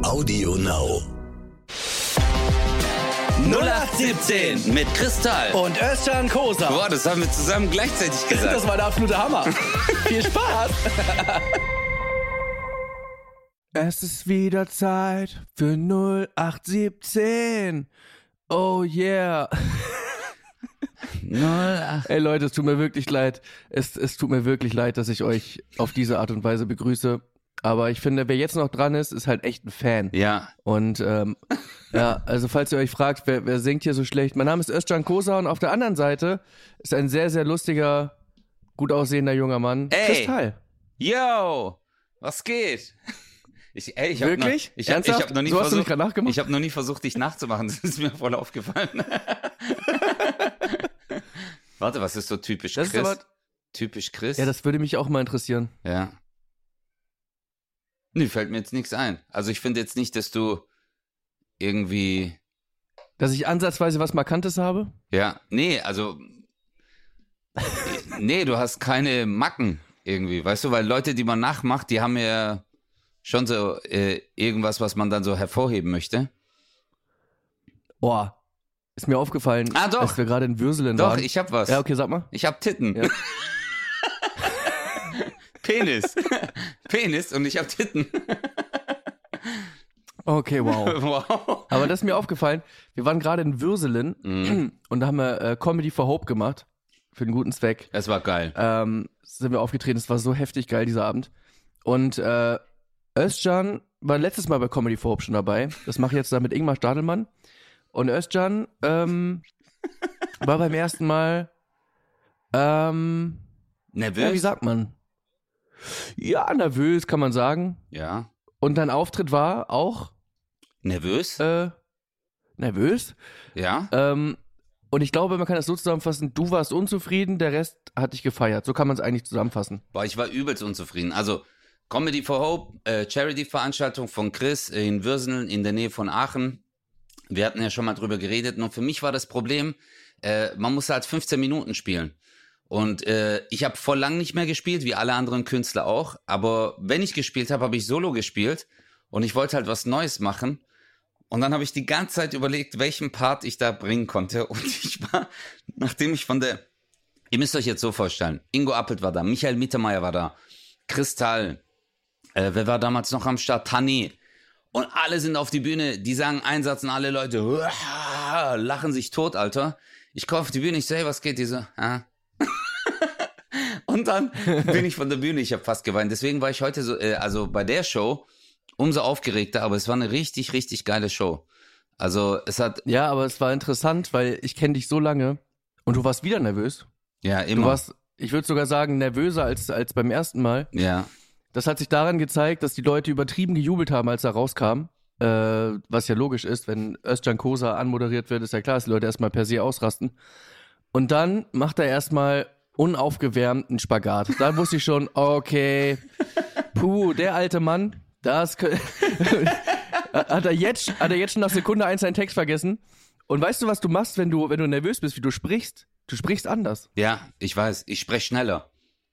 Audio Now. 0817 mit Kristall und Özcan Kosa. Boah, das haben wir zusammen gleichzeitig gesagt. Das war der absolute Hammer. Viel Spaß. Es ist wieder Zeit für 0817. Oh yeah. 08. Ey Leute, es tut mir wirklich leid. Es tut mir wirklich leid, dass ich euch auf diese Art und Weise begrüße. Aber ich finde, wer jetzt noch dran ist, ist halt echt ein Fan. Ja. Und ja, also falls ihr euch fragt, wer singt hier so schlecht? Mein Name ist Özcan Kosa und auf der anderen Seite ist ein sehr, sehr lustiger, gut aussehender junger Mann. Ey. Kristall. Yo, was geht? Wirklich? Ich hab noch nie so hast du mich gerade nachgemacht? Ich habe noch nie versucht, dich nachzumachen. Das ist mir voll aufgefallen. Warte, was ist so typisch das Chris? Ist aber, typisch Chris? ja, das würde mich auch mal interessieren. Ja. Nee, fällt mir jetzt nichts ein. Also ich finde jetzt nicht, dass du irgendwie... Dass ich ansatzweise was Markantes habe? Ja, nee, also... nee, du hast keine Macken irgendwie, weißt du? Weil Leute, die man nachmacht, die haben ja schon so irgendwas, was man dann so hervorheben möchte. Boah, ist mir aufgefallen, doch. als wir gerade in Würselen Doch, waren. ich hab was. Ja, okay, sag mal. Ich hab Titten. Ja. Penis. Penis und ich hab Titten. Okay, wow. Wow. Aber das ist mir aufgefallen, wir waren gerade in Würselen und da haben wir Comedy for Hope gemacht, für einen guten Zweck. Es war geil. Sind wir aufgetreten, es war so heftig geil, dieser Abend. Und Özcan war letztes Mal bei Comedy for Hope schon dabei. Das mache ich jetzt da mit Ingmar Stadelmann. Und Özcan war beim ersten Mal Nervös? ja, wie sagt man? Ja, nervös kann man sagen. Ja. Und dein Auftritt war auch Nervös? nervös. Ja. Und ich glaube, man kann das so zusammenfassen, du warst unzufrieden, der Rest hat dich gefeiert. So kann man es eigentlich zusammenfassen. Boah, ich war übelst unzufrieden. Also, Comedy for Hope, Charity-Veranstaltung von Chris in Würselen in der Nähe von Aachen. Wir hatten ja schon mal drüber geredet. Und für mich war das Problem, man musste halt 15 Minuten spielen. Und ich habe voll lang nicht mehr gespielt, wie alle anderen Künstler auch. Aber wenn ich gespielt habe, habe ich Solo gespielt. Und ich wollte halt was Neues machen. Und dann habe ich die ganze Zeit überlegt, welchen Part ich da bringen konnte. Und ich war, nachdem ich ihr müsst euch jetzt so vorstellen, Ingo Appelt war da, Michael Mittermeier war da, Kristall, wer war damals noch am Start? Tani. Und alle sind auf die Bühne, die sagen einen Satz und alle Leute lachen sich tot, Alter. Ich komme auf die Bühne, ich so, hey, was geht? Die so, Und dann bin ich von der Bühne, ich habe fast geweint. Deswegen war ich heute so, also bei der Show umso aufgeregter, aber es war eine richtig, richtig geile Show. Also es hat... Ja, aber es war interessant, weil ich kenne dich so lange und du warst wieder nervös. Ja, immer. Du warst, ich würde sogar sagen, nervöser als beim ersten Mal. Ja. Das hat sich daran gezeigt, dass die Leute übertrieben gejubelt haben, als er rauskam. Was ja logisch ist, wenn Özcan Kosa anmoderiert wird, ist ja klar, dass die Leute erstmal per se ausrasten. Und dann macht er erstmal unaufgewärmt einen Spagat. Da wusste ich schon, okay, der alte Mann, hat er jetzt schon nach Sekunde 1 seinen Text vergessen. Und weißt du, was du machst, wenn du nervös bist, wie du sprichst? Du sprichst anders. Ja, ich weiß, ich spreche schneller.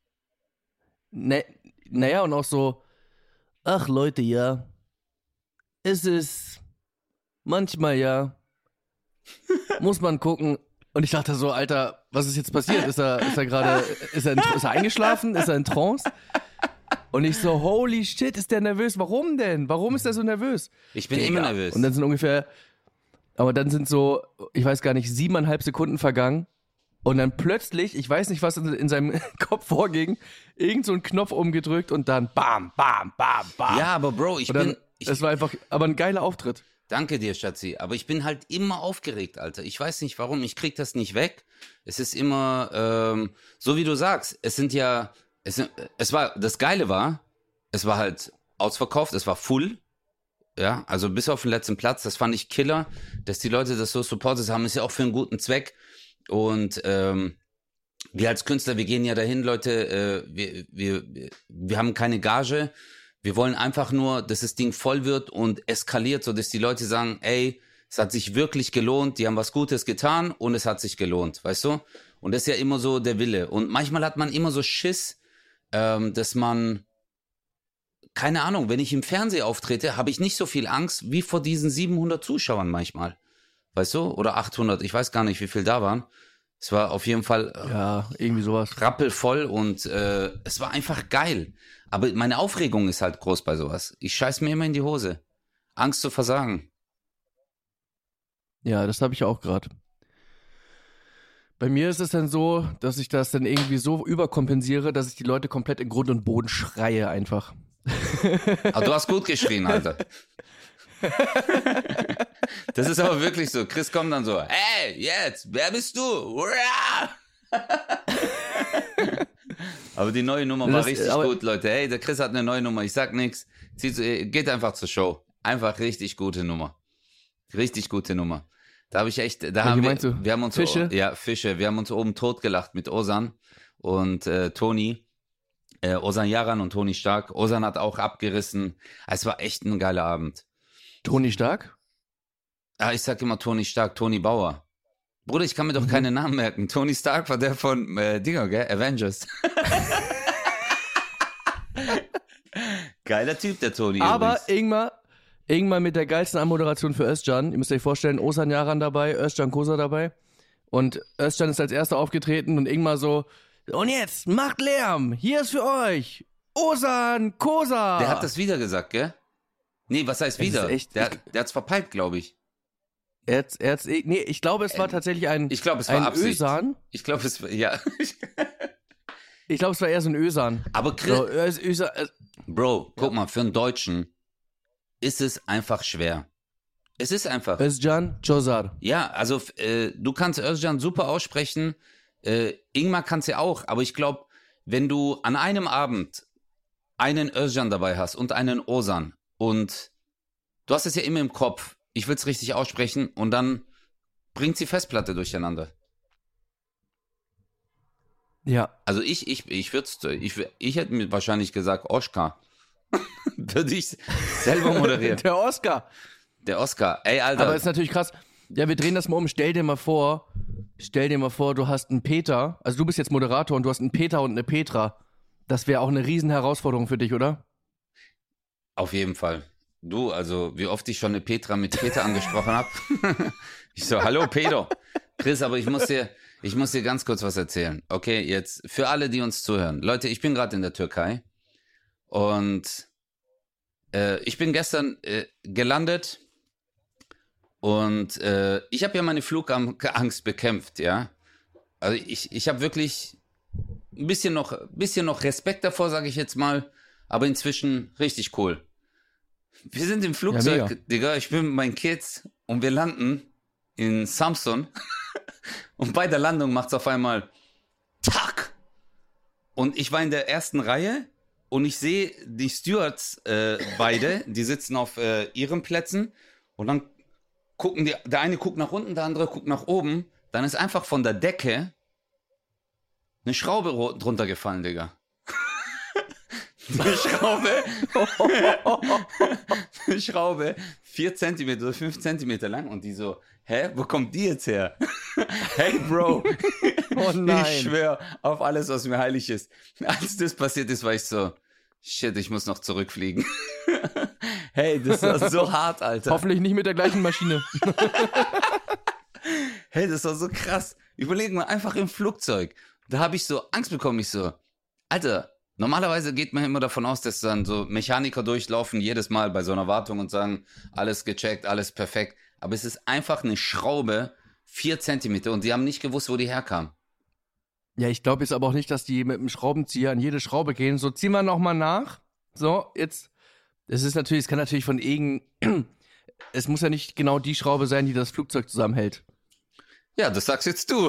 Naja, und auch so, ach Leute, ja, es ist manchmal ja, muss man gucken. Und ich dachte so, Alter, was ist jetzt passiert? Ist er eingeschlafen? Ist er in Trance? Und ich so, holy shit, ist der nervös? Warum denn? Warum ist er so nervös? Ich bin immer nervös. Und dann sind so, ich weiß gar nicht, 7,5 Sekunden vergangen. Und dann plötzlich, ich weiß nicht, was in seinem Kopf vorging, irgend so ein Knopf umgedrückt und dann bam, bam, bam, bam. Ja, aber Bro, es war einfach, aber ein geiler Auftritt. Danke dir, Schatzi. Aber ich bin halt immer aufgeregt, Alter. Ich weiß nicht warum, ich krieg das nicht weg. Es ist immer, so wie du sagst, das Geile war, es war halt ausverkauft, es war full. Ja, also bis auf den letzten Platz, das fand ich Killer, dass die Leute das so supportet haben, ist ja auch für einen guten Zweck. Und wir als Künstler, wir gehen ja dahin, Leute, wir haben keine Gage, wir wollen einfach nur, dass das Ding voll wird und eskaliert, so dass die Leute sagen, ey, es hat sich wirklich gelohnt, die haben was Gutes getan und es hat sich gelohnt, weißt du? Und das ist ja immer so der Wille. Und manchmal hat man immer so Schiss, dass man keine Ahnung, wenn ich im Fernsehen auftrete, habe ich nicht so viel Angst wie vor diesen 700 Zuschauern manchmal. Weißt du? Oder 800, ich weiß gar nicht, wie viel da waren. Es war auf jeden Fall Ja, irgendwie sowas. rappelvoll und es war einfach geil. Aber meine Aufregung ist halt groß bei sowas. Ich scheiß mir immer in die Hose. Angst zu versagen. Ja, das habe ich auch gerade. Bei mir ist es dann so, dass ich das dann irgendwie so überkompensiere, dass ich die Leute komplett in Grund und Boden schreie einfach. Aber du hast gut geschrien, Alter. Das ist aber wirklich so. Chris kommt dann so, hey, jetzt, wer bist du? Hurra! Aber die neue Nummer war richtig gut, Leute. Hey, der Chris hat eine neue Nummer, ich sag nix. Geht einfach zur Show. Einfach richtig gute Nummer. Richtig gute Nummer. Da habe ich echt, wir haben uns Fische? Fische. Wir haben uns oben totgelacht mit Ozan und Toni. Ozan Yaran und Toni Stark. Ozan hat auch abgerissen. Es war echt ein geiler Abend. Toni Stark? Ah, ich sag immer Toni Stark, Toni Bauer. Bruder, ich kann mir doch keine Namen merken. Toni Stark war der von Dinger, gell? Avengers. Geiler Typ, der Toni. Aber Ingmar mit der geilsten Anmoderation für Özcan. Ihr müsst euch vorstellen, Ozan Yaran dabei, Özcan Kosa dabei. Und Özcan ist als erster aufgetreten und Ingmar so, und jetzt, macht Lärm, hier ist für euch, Ozan Kosa. Der hat das wieder gesagt, gell? Nee, was heißt wieder? Der hat's verpeilt, glaube ich. Nee, ich glaube, es war tatsächlich ich glaube, es war ein Absicht. Özan. Ich glaube, es war, ja. Ich glaube, es war eher so ein Özan. Aber Chris, So, Bro, guck mal, für einen Deutschen ist es einfach schwer. Es ist einfach. Özcan Cozar. Ja, also du kannst Özcan super aussprechen, Ingmar kann's ja auch, aber ich glaube, wenn du an einem Abend einen Özcan dabei hast und einen Ozan und du hast es ja immer im Kopf, ich will's richtig aussprechen und dann bringt die Festplatte durcheinander. Ja. Also ich hätte mir wahrscheinlich gesagt, Oskar. Würde ich selber moderieren. Der Oscar. Der Oscar. Ey, Alter. Aber ist natürlich krass. Ja, wir drehen das mal um. Stell dir mal vor, du hast einen Peter. Also du bist jetzt Moderator und du hast einen Peter und eine Petra. Das wäre auch eine riesen Herausforderung für dich, oder? Auf jeden Fall. Du, also wie oft ich schon eine Petra mit Peter angesprochen habe. Ich so, hallo Peter. Chris, aber ich muss dir ganz kurz was erzählen. Okay, jetzt für alle, die uns zuhören. Leute, ich bin gerade in der Türkei und ich bin gestern gelandet und ich habe ja meine Flugangst bekämpft, ja. Also ich habe wirklich ein bisschen noch Respekt davor, sage ich jetzt mal, aber inzwischen richtig cool. Wir sind im Flugzeug, ja, Digga, ich bin mit meinen Kids und wir landen in Samsun und bei der Landung macht's auf einmal Tack! Und ich war in der ersten Reihe und ich sehe die Stewards beide, die sitzen auf ihren Plätzen und dann gucken der eine guckt nach unten, der andere guckt nach oben, dann ist einfach von der Decke eine Schraube drunter gefallen, Digga. Eine Schraube 4 Zentimeter oder 5 Zentimeter lang und die so, hä, wo kommt die jetzt her? Hey Bro, Oh nein. ich schwör auf alles, was mir heilig ist. Als das passiert ist, war ich so, shit, ich muss noch zurückfliegen. Hey, das war so hart, Alter. Hoffentlich nicht mit der gleichen Maschine. Hey, das war so krass. Überleg mal, einfach im Flugzeug. Da habe ich so Angst bekommen. Ich so, Alter, normalerweise geht man immer davon aus, dass dann so Mechaniker durchlaufen jedes Mal bei so einer Wartung und sagen, alles gecheckt, alles perfekt. Aber es ist einfach eine Schraube, 4 Zentimeter und die haben nicht gewusst, wo die herkam. Ja, ich glaube jetzt aber auch nicht, dass die mit dem Schraubenzieher an jede Schraube gehen. So, ziehen wir nochmal nach. So, jetzt. Es kann natürlich von es muss ja nicht genau die Schraube sein, die das Flugzeug zusammenhält. Ja, das sagst jetzt du.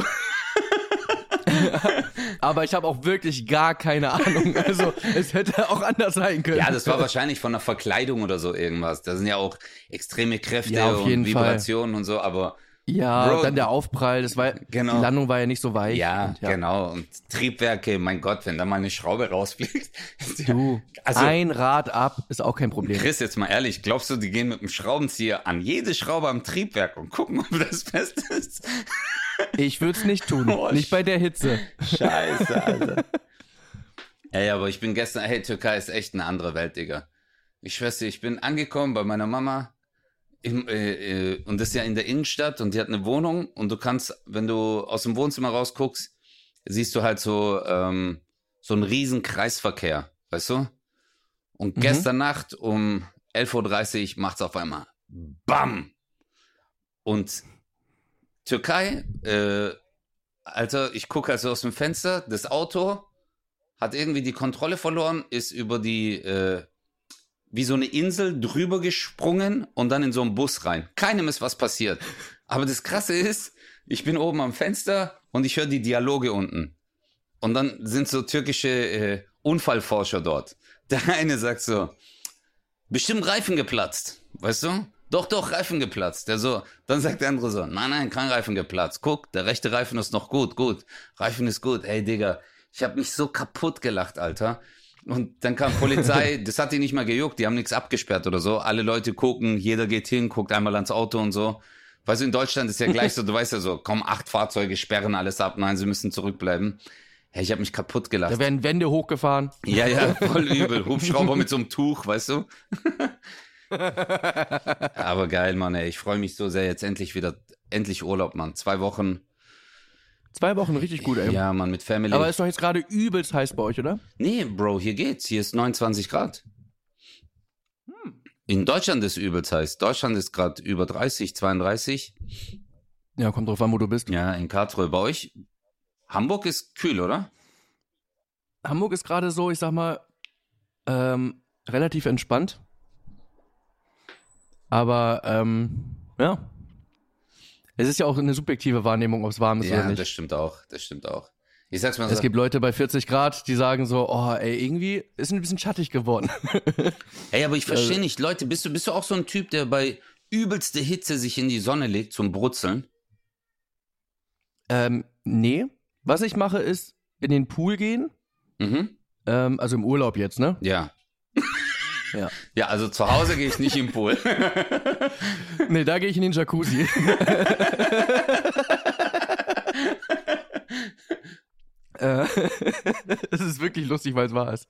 Aber ich habe auch wirklich gar keine Ahnung. Also, es hätte auch anders sein können. Ja, das war wahrscheinlich von einer Verkleidung oder so irgendwas. Da sind ja auch extreme Kräfte Ja, auf jeden und Vibrationen und so, aber ja, Bro, dann der Aufprall, genau. Die Landung war ja nicht so weich. Ja, und, genau. Und Triebwerke, mein Gott, wenn da mal eine Schraube rausfliegt. Du, Also, ein Rad ab ist auch kein Problem. Chris, jetzt mal ehrlich, glaubst du, die gehen mit dem Schraubenzieher an jede Schraube am Triebwerk und gucken, ob das fest ist? Ich würde es nicht tun. Oh, nicht bei der Hitze. Scheiße, Alter. Ey, aber ich bin gestern, hey, Türkei ist echt eine andere Welt, Digga. Ich schwör's dir, ich bin angekommen bei meiner Mama und das ist ja in der Innenstadt und die hat eine Wohnung und du kannst, wenn du aus dem Wohnzimmer rausguckst, siehst du halt so einen riesen Kreisverkehr, weißt du? Und gestern Nacht um 11:30 Uhr macht's auf einmal BAM! Und Türkei, Alter, ich gucke also aus dem Fenster, das Auto hat irgendwie die Kontrolle verloren, ist über die, wie so eine Insel drüber gesprungen und dann in so einen Bus rein. Keinem ist was passiert. Aber das Krasse ist, ich bin oben am Fenster und ich höre die Dialoge unten. Und dann sind so türkische Unfallforscher dort. Der eine sagt so, bestimmt Reifen geplatzt, weißt du? Doch, Reifen geplatzt. Dann sagt der andere so, nein, kein Reifen geplatzt. Guck, der rechte Reifen ist noch gut. Reifen ist gut. Ey, Digga, ich habe mich so kaputt gelacht, Alter. Und dann kam Polizei, das hat die nicht mal gejuckt, die haben nichts abgesperrt oder so. Alle Leute gucken, jeder geht hin, guckt einmal ans Auto und so. Weißt du, in Deutschland ist ja gleich so, du weißt ja so, komm, 8 Fahrzeuge sperren alles ab, nein, sie müssen zurückbleiben. Hey, ich habe mich kaputt gelacht. Da werden Wände hochgefahren. Ja, voll übel. Hubschrauber mit so einem Tuch, weißt du? Aber geil, Mann, ey. Ich freue mich so sehr. Jetzt endlich Urlaub, Mann. 2 Wochen. 2 Wochen, richtig gut, ey. Ja, Mann, mit Family. Aber ist doch jetzt gerade übelst heiß bei euch, oder? Nee, Bro, hier geht's. Hier ist 29 Grad. In Deutschland ist übelst heiß. Deutschland ist gerade über 30, 32. Ja, kommt drauf an, wo du bist. Ja, in Karlsruhe. Bei euch? Hamburg ist kühl, oder? Hamburg ist gerade so, ich sag mal, relativ entspannt. Aber, ja. Es ist ja auch eine subjektive Wahrnehmung, ob es warm ist oder nicht. Ja, das stimmt auch. Ich sag's mal so. Es gibt Leute bei 40 Grad, die sagen so, oh, ey, irgendwie ist ein bisschen schattig geworden. Ey, aber ich verstehe nicht. Leute, bist du auch so ein Typ, der bei übelster Hitze sich in die Sonne legt zum Brutzeln? Nee. Was ich mache, ist in den Pool gehen. Also im Urlaub jetzt, ne? Ja. Ja. Ja, also zu Hause gehe ich nicht im Pool. Nee, da gehe ich in den Jacuzzi. Es ist wirklich lustig, weil es wahr ist.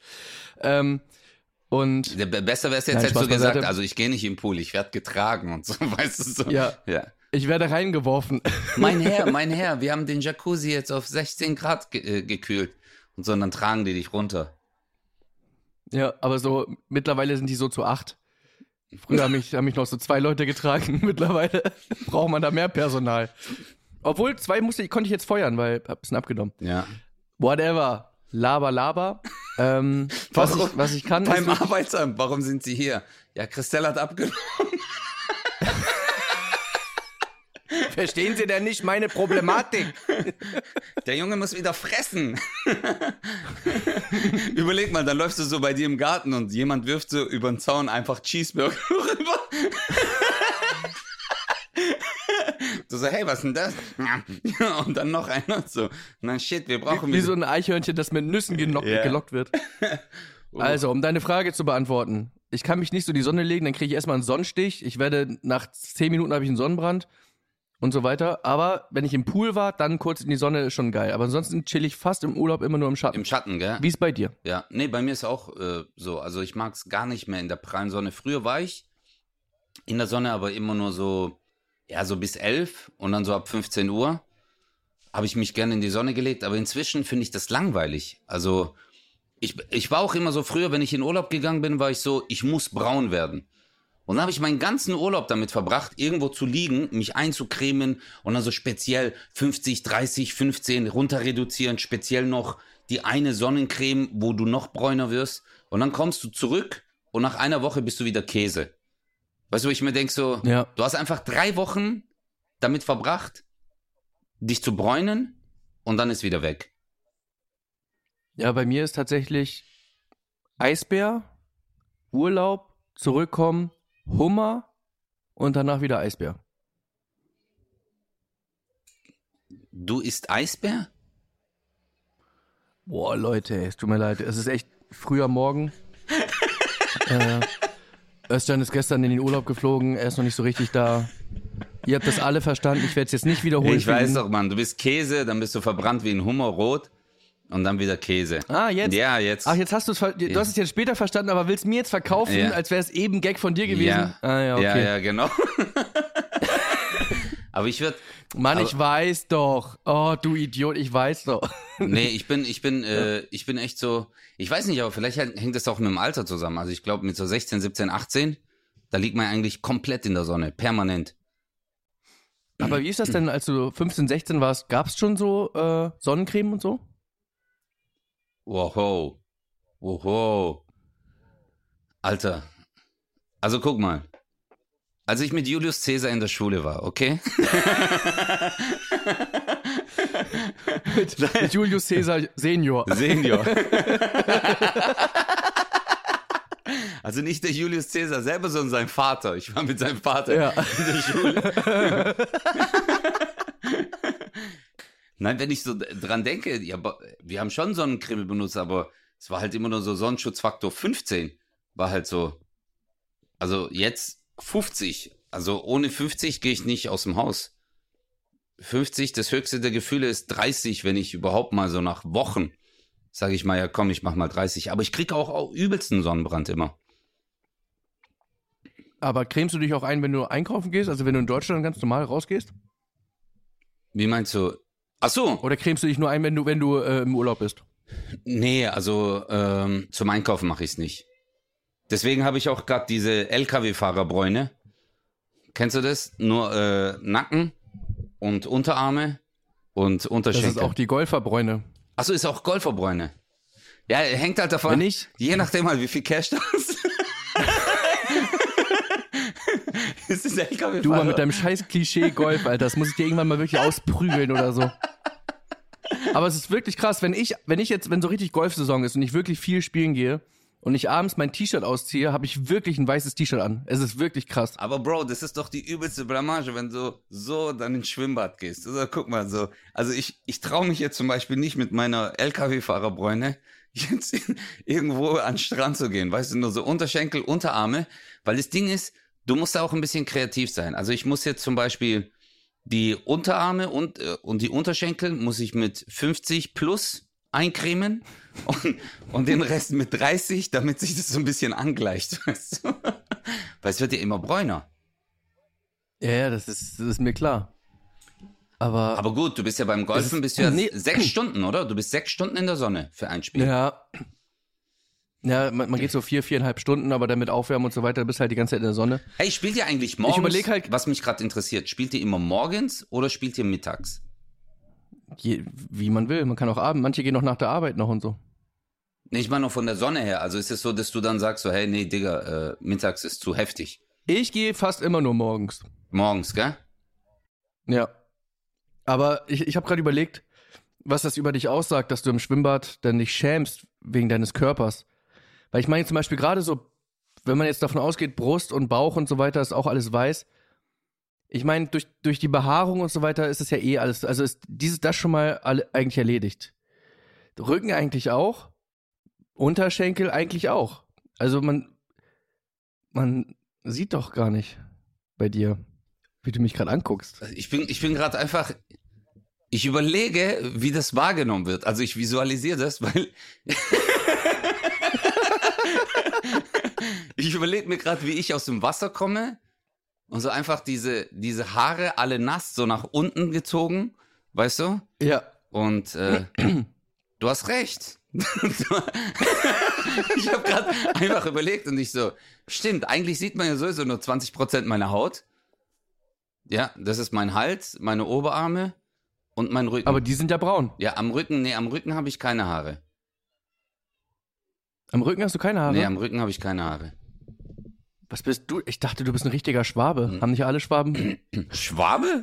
Und Besser wäre es jetzt, hättest du gesagt, also ich gehe nicht im Pool, ich werde getragen und so, weißt du so. Ja. Ich werde reingeworfen. Mein Herr, wir haben den Jacuzzi jetzt auf 16 Grad gekühlt. Und so, und dann tragen die dich runter. Ja, aber so, mittlerweile sind die so zu 8. Früher haben mich noch so 2 Leute getragen. Mittlerweile braucht man da mehr Personal. Obwohl, 2 konnte ich jetzt feuern, weil hab ein bisschen abgenommen. Ja. Whatever. Laber. Was ich kann. Beim Arbeitsamt, warum sind Sie hier? Ja, Christelle hat abgenommen. Verstehen Sie denn nicht meine Problematik? Der Junge muss wieder fressen. Überleg mal, dann läufst du so bei dir im Garten und jemand wirft so über den Zaun einfach Cheeseburger rüber. Du so, hey, was denn das? Und dann noch einer so, na shit, wir brauchen... Wie so ein Eichhörnchen, das mit Nüssen gelockt wird. Also, um deine Frage zu beantworten. Ich kann mich nicht so in die Sonne legen, dann kriege ich erstmal einen Sonnenstich. Ich werde, nach 10 Minuten habe ich einen Sonnenbrand. Und so weiter. Aber wenn ich im Pool war, dann kurz in die Sonne ist schon geil. Aber ansonsten chill ich fast im Urlaub immer nur im Schatten. Im Schatten, gell? Wie ist bei dir? Ja, nee, bei mir ist auch so. Also ich mag es gar nicht mehr in der prallen Sonne. Früher war ich in der Sonne, aber immer nur so, ja, so bis 11 und dann so ab 15 Uhr habe ich mich gerne in die Sonne gelegt. Aber inzwischen finde ich das langweilig. Also ich war auch immer so, früher, wenn ich in Urlaub gegangen bin, war ich so, ich muss braun werden. Und dann habe ich meinen ganzen Urlaub damit verbracht, irgendwo zu liegen, mich einzucremen und dann so speziell 50, 30, 15 runter reduzieren, speziell noch die eine Sonnencreme, wo du noch bräuner wirst. Und dann kommst du zurück und nach einer Woche bist du wieder Käse. Weißt du, wo ich mir denke so, ja. Du hast einfach 3 Wochen damit verbracht, dich zu bräunen und dann ist wieder weg. Ja, bei mir ist tatsächlich Eisbär, Urlaub, zurückkommen, Hummer und danach wieder Eisbär. Du isst Eisbär? Boah, Leute, es tut mir leid. Es ist echt früher Morgen. Özcan ist gestern in den Urlaub geflogen. Er ist noch nicht so richtig da. Ihr habt das alle verstanden. Ich werde es jetzt nicht wiederholen. Ich weiß doch, Mann. Du bist Käse, dann bist du verbrannt wie ein Hummer rot. Und dann wieder Käse. Ah, jetzt? Ja, jetzt. Ach, jetzt hast du es hast es jetzt später verstanden, aber willst mir jetzt verkaufen, als wäre es eben ein Gag von dir gewesen? Ja. Ah, ja, okay. Ja, genau. Aber ich würde... Mann, ich weiß doch. Oh, du Idiot, ich weiß doch. Nee, ich bin echt so, ich weiß nicht, aber vielleicht hängt das auch mit dem Alter zusammen. Also ich glaube mit so 16, 17, 18, da liegt man eigentlich komplett in der Sonne, permanent. Aber wie ist das denn, als du 15, 16 warst, gab es schon so Sonnencreme und so? Wow. Alter. Also guck mal. Als ich mit Julius Caesar in der Schule war, okay? mit Julius Caesar Senior. Also nicht der Julius Caesar selber, sondern sein Vater. Ich war mit seinem Vater in der Schule. Nein, wenn ich so dran denke, ja, wir haben schon Sonnencreme benutzt, aber es war halt immer nur so Sonnenschutzfaktor 15. War halt so, also jetzt 50. Also ohne 50 gehe ich nicht aus dem Haus. 50, das höchste der Gefühle ist 30, wenn ich überhaupt mal so nach Wochen, sage ich mal, ja komm, ich mach mal 30. Aber ich kriege auch übelsten Sonnenbrand immer. Aber cremst du dich auch ein, wenn du einkaufen gehst? Also wenn du in Deutschland ganz normal rausgehst? Wie meinst du? Ach so. Oder cremst du dich nur ein, wenn du im Urlaub bist? Nee, also zum Einkaufen mache ich es nicht. Deswegen habe ich auch gerade diese LKW-Fahrerbräune. Kennst du das? Nur Nacken und Unterarme und Unterschenkel. Das ist auch die Golferbräune. Achso, ist auch Golferbräune. Ja, hängt halt davon. Wenn nicht, je nachdem halt, wie viel Cash du hast. Ist das LKW-Fahrer? Du mal mit deinem scheiß Klischee-Golf, Alter. Das muss ich dir irgendwann mal wirklich ausprügeln oder so. Aber es ist wirklich krass, wenn so richtig Golfsaison ist und ich wirklich viel spielen gehe und ich abends mein T-Shirt ausziehe, habe ich wirklich ein weißes T-Shirt an. Es ist wirklich krass. Aber Bro, das ist doch die übelste Blamage, wenn du so dann ins Schwimmbad gehst. Also guck mal so. Also ich traue mich jetzt zum Beispiel nicht mit meiner LKW-Fahrerbräune jetzt irgendwo an den Strand zu gehen. Weißt du, nur so Unterschenkel, Unterarme. Weil das Ding ist, du musst da auch ein bisschen kreativ sein. Also ich muss jetzt zum Beispiel die Unterarme und die Unterschenkel muss ich mit 50 plus eincremen und den Rest mit 30, damit sich das so ein bisschen angleicht. Weißt du? Weil es wird ja immer bräuner. Ja, das ist mir klar. Aber gut, du bist ja beim Golfen, bist du ja 6 Stunden, oder? Du bist 6 Stunden in der Sonne für ein Spiel. Ja, man geht so 4,5 Stunden, aber dann mit Aufwärmen und so weiter, bist halt die ganze Zeit in der Sonne. Hey, spielt ihr eigentlich morgens? Ich überlege halt, was mich gerade interessiert, spielt ihr immer morgens oder spielt ihr mittags? Wie man will, man kann auch abends, manche gehen noch nach der Arbeit noch und so. Nee, ich meine nur von der Sonne her, also ist es so, dass du dann sagst so, hey, nee, Digga, mittags ist zu heftig. Ich gehe fast immer nur morgens. Morgens, gell? Ja. Aber ich habe gerade überlegt, was das über dich aussagt, dass du im Schwimmbad dann dich schämst wegen deines Körpers. Weil ich meine zum Beispiel gerade so, wenn man jetzt davon ausgeht, Brust und Bauch und so weiter ist auch alles weiß. Ich meine, durch die Behaarung und so weiter ist es ja eh alles, also ist das schon mal eigentlich erledigt. Rücken eigentlich auch, Unterschenkel eigentlich auch. Also man sieht doch gar nicht bei dir, wie du mich gerade anguckst. Ich bin gerade einfach, ich überlege, wie das wahrgenommen wird. Also ich visualisiere das, weil ich überlege mir gerade, wie ich aus dem Wasser komme und so einfach diese Haare alle nass so nach unten gezogen, weißt du? Ja. Und du hast recht. Ich habe gerade einfach überlegt und ich so, stimmt, eigentlich sieht man ja sowieso nur 20% meiner Haut. Ja, das ist mein Hals, meine Oberarme und mein Rücken. Aber die sind ja braun. Ja, am Rücken habe ich keine Haare. Am Rücken hast du keine Haare? Nee, am Rücken habe ich keine Haare. Was bist du? Ich dachte, du bist ein richtiger Schwabe. Haben nicht alle Schwaben? Schwabe?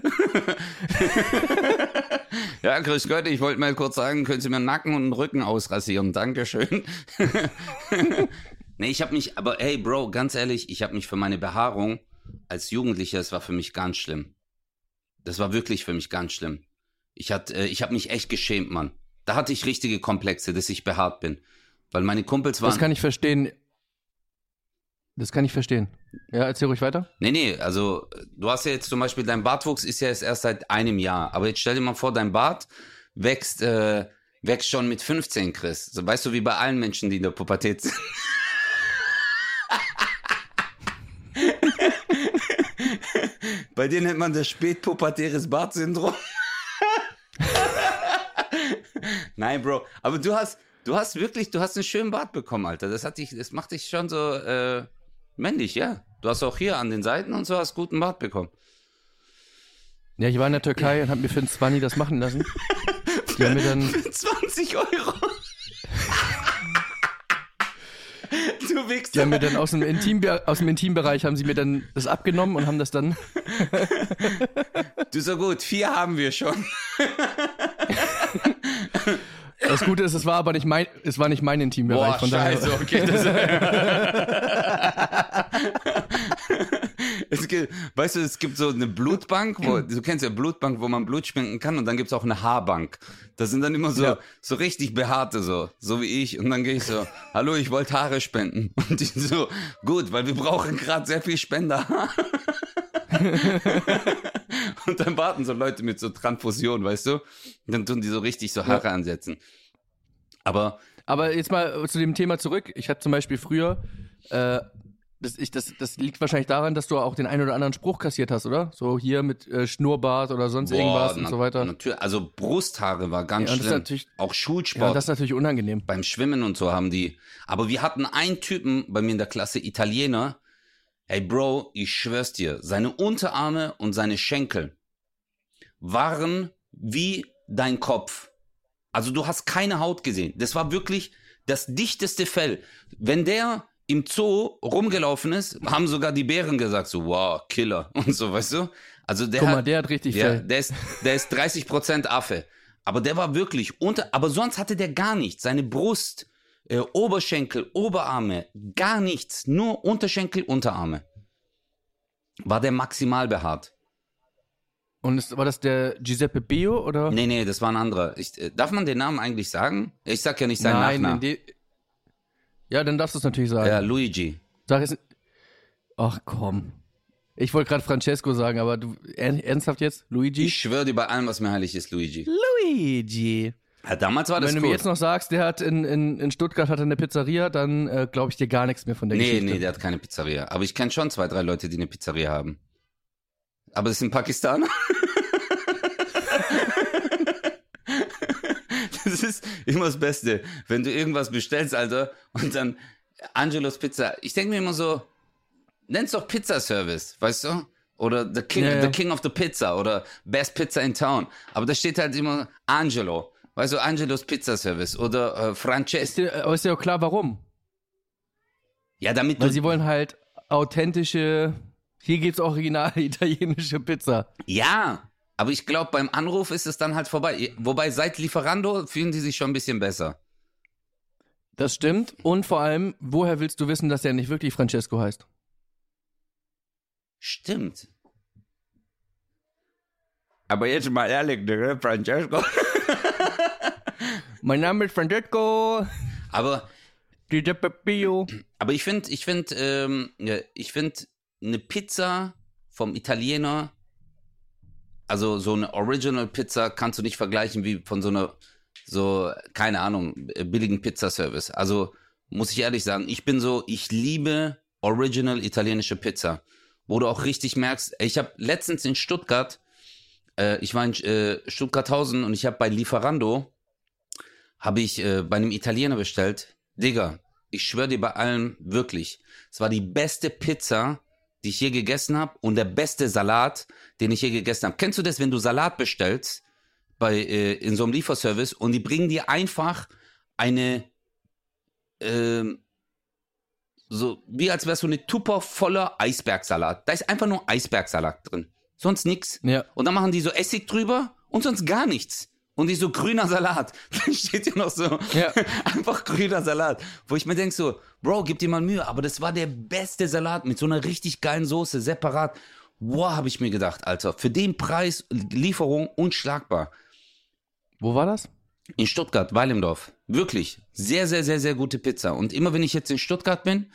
Ja, grüß Gott, ich wollte mal kurz sagen, können Sie mir Nacken und den Rücken ausrasieren? Dankeschön. Nee, aber hey Bro, ganz ehrlich, ich habe mich für meine Behaarung als Jugendlicher, das war für mich ganz schlimm. Das war wirklich für mich ganz schlimm. Ich habe mich echt geschämt, Mann. Da hatte ich richtige Komplexe, dass ich behaart bin. Weil meine Kumpels waren... Das kann ich verstehen. Ja, erzähl ruhig weiter. Nee, also du hast ja jetzt zum Beispiel, dein Bartwuchs ist ja jetzt erst seit einem Jahr. Aber jetzt stell dir mal vor, dein Bart wächst wächst schon mit 15, Chris. So, weißt du, wie bei allen Menschen, die in der Pubertät sind. Bei dir nennt man das spätpubertäres Bartsyndrom. Nein, Bro, aber du hast einen schönen Bart bekommen, Alter. Das macht dich schon so männlich, ja. Du hast auch hier an den Seiten und so hast guten Bart bekommen. Ja, ich war in der Türkei und hab mir für einen 20 das machen lassen. Die haben mir dann für 20 €. Du Wichser. Die haben mir dann aus dem Intimbereich haben sie mir dann das abgenommen und haben das dann. Du, so gut, 4 haben wir schon. Das Gute ist, es war nicht mein Intimbereich. Boah, von scheiße, daher. okay. Es gibt so eine Blutbank, du kennst ja Blutbank, wo man Blut spenden kann, und dann gibt's auch eine Haarbank. Das sind dann immer so richtig Behaarte, so wie ich. Und dann gehe ich so, hallo, ich wollte Haare spenden. Und die so, gut, weil wir brauchen gerade sehr viel Spender. Und dann warten so Leute mit so Transfusion, weißt du? Und dann tun die so richtig so Haare ansetzen. Aber jetzt mal zu dem Thema zurück. Ich hatte zum Beispiel früher, das liegt wahrscheinlich daran, dass du auch den einen oder anderen Spruch kassiert hast, oder? So hier mit Schnurrbart oder sonst irgendwas und so weiter. Natürlich, also Brusthaare war ganz schlimm. Auch Schulsport. Ja, das ist natürlich unangenehm. Beim Schwimmen und so haben die. Aber wir hatten einen Typen bei mir in der Klasse, Italiener. Hey Bro, ich schwör's dir, seine Unterarme und seine Schenkel waren wie dein Kopf. Also du hast keine Haut gesehen. Das war wirklich das dichteste Fell. Wenn der im Zoo rumgelaufen ist, haben sogar die Bären gesagt, so, wow, Killer und so, weißt du? Also der hat richtig Fell. Fell. Der ist 30% Affe. Aber der war wirklich aber sonst hatte der gar nichts. Seine Brust, Oberschenkel, Oberarme, gar nichts. Nur Unterschenkel, Unterarme. War der maximal behaart. Und war das der Giuseppe Bio, oder? Nee, das war ein anderer. Darf man den Namen eigentlich sagen? Ich sag ja nicht seinen Nachnamen. Ja, dann darfst du es natürlich sagen. Ja, Luigi. Sag es. Ach komm. Ich wollte gerade Francesco sagen, aber du ernsthaft jetzt? Luigi? Ich schwöre dir bei allem, was mir heilig ist, Luigi. Luigi. Ja, damals war das cool. Wenn du mir jetzt noch sagst, der hat in Stuttgart hat eine Pizzeria, dann glaube ich dir gar nichts mehr von der Geschichte. Nee, der hat keine Pizzeria. Aber ich kenne schon 2, 3 Leute, die eine Pizzeria haben. Aber das sind Pakistaner. Das ist immer das Beste, wenn du irgendwas bestellst, Alter, und dann Angelos Pizza. Ich denke mir immer so, nenn's doch Pizzaservice, weißt du? Oder the King of the Pizza oder Best Pizza in Town. Aber da steht halt immer Angelo. Weißt du, Angelos Pizzaservice oder Francesco. Aber ist ja auch klar, warum. Ja, Weil sie wollen halt authentische, hier gibt's original italienische Pizza. Ja, aber ich glaube, beim Anruf ist es dann halt vorbei. Wobei, seit Lieferando fühlen die sich schon ein bisschen besser. Das stimmt. Und vor allem, woher willst du wissen, dass der nicht wirklich Francesco heißt? Stimmt. Aber jetzt mal ehrlich, ne, Francesco. Mein Name ist Francesco. Aber ich finde, eine Pizza vom Italiener, also so eine Original Pizza kannst du nicht vergleichen wie von so einer, keine Ahnung, billigen Pizzaservice. Also muss ich ehrlich sagen, ich liebe Original italienische Pizza, wo du auch richtig merkst, ich habe letztens in Stuttgart, ich war in Stuttgarthausen und ich habe bei Lieferando, bei einem Italiener bestellt. Digga, ich schwöre dir bei allem wirklich, es war die beste Pizza, die ich je gegessen habe und der beste Salat, den ich je gegessen habe. Kennst du das, wenn du Salat bestellst in so einem Lieferservice und die bringen dir einfach eine so wie als wärst du eine Tupper voller Eisbergsalat. Da ist einfach nur Eisbergsalat drin. Sonst nix. Ja. Und dann machen die so Essig drüber und sonst gar nichts. Und die so grüner Salat. Dann steht hier noch so einfach grüner Salat. Wo ich mir denke so, Bro, gib dir mal Mühe. Aber das war der beste Salat mit so einer richtig geilen Soße, separat. Wow, habe ich mir gedacht, Alter. Für den Preis, Lieferung, unschlagbar. Wo war das? In Stuttgart, Weilendorf. Wirklich. Sehr, sehr, sehr, sehr gute Pizza. Und immer wenn ich jetzt in Stuttgart bin,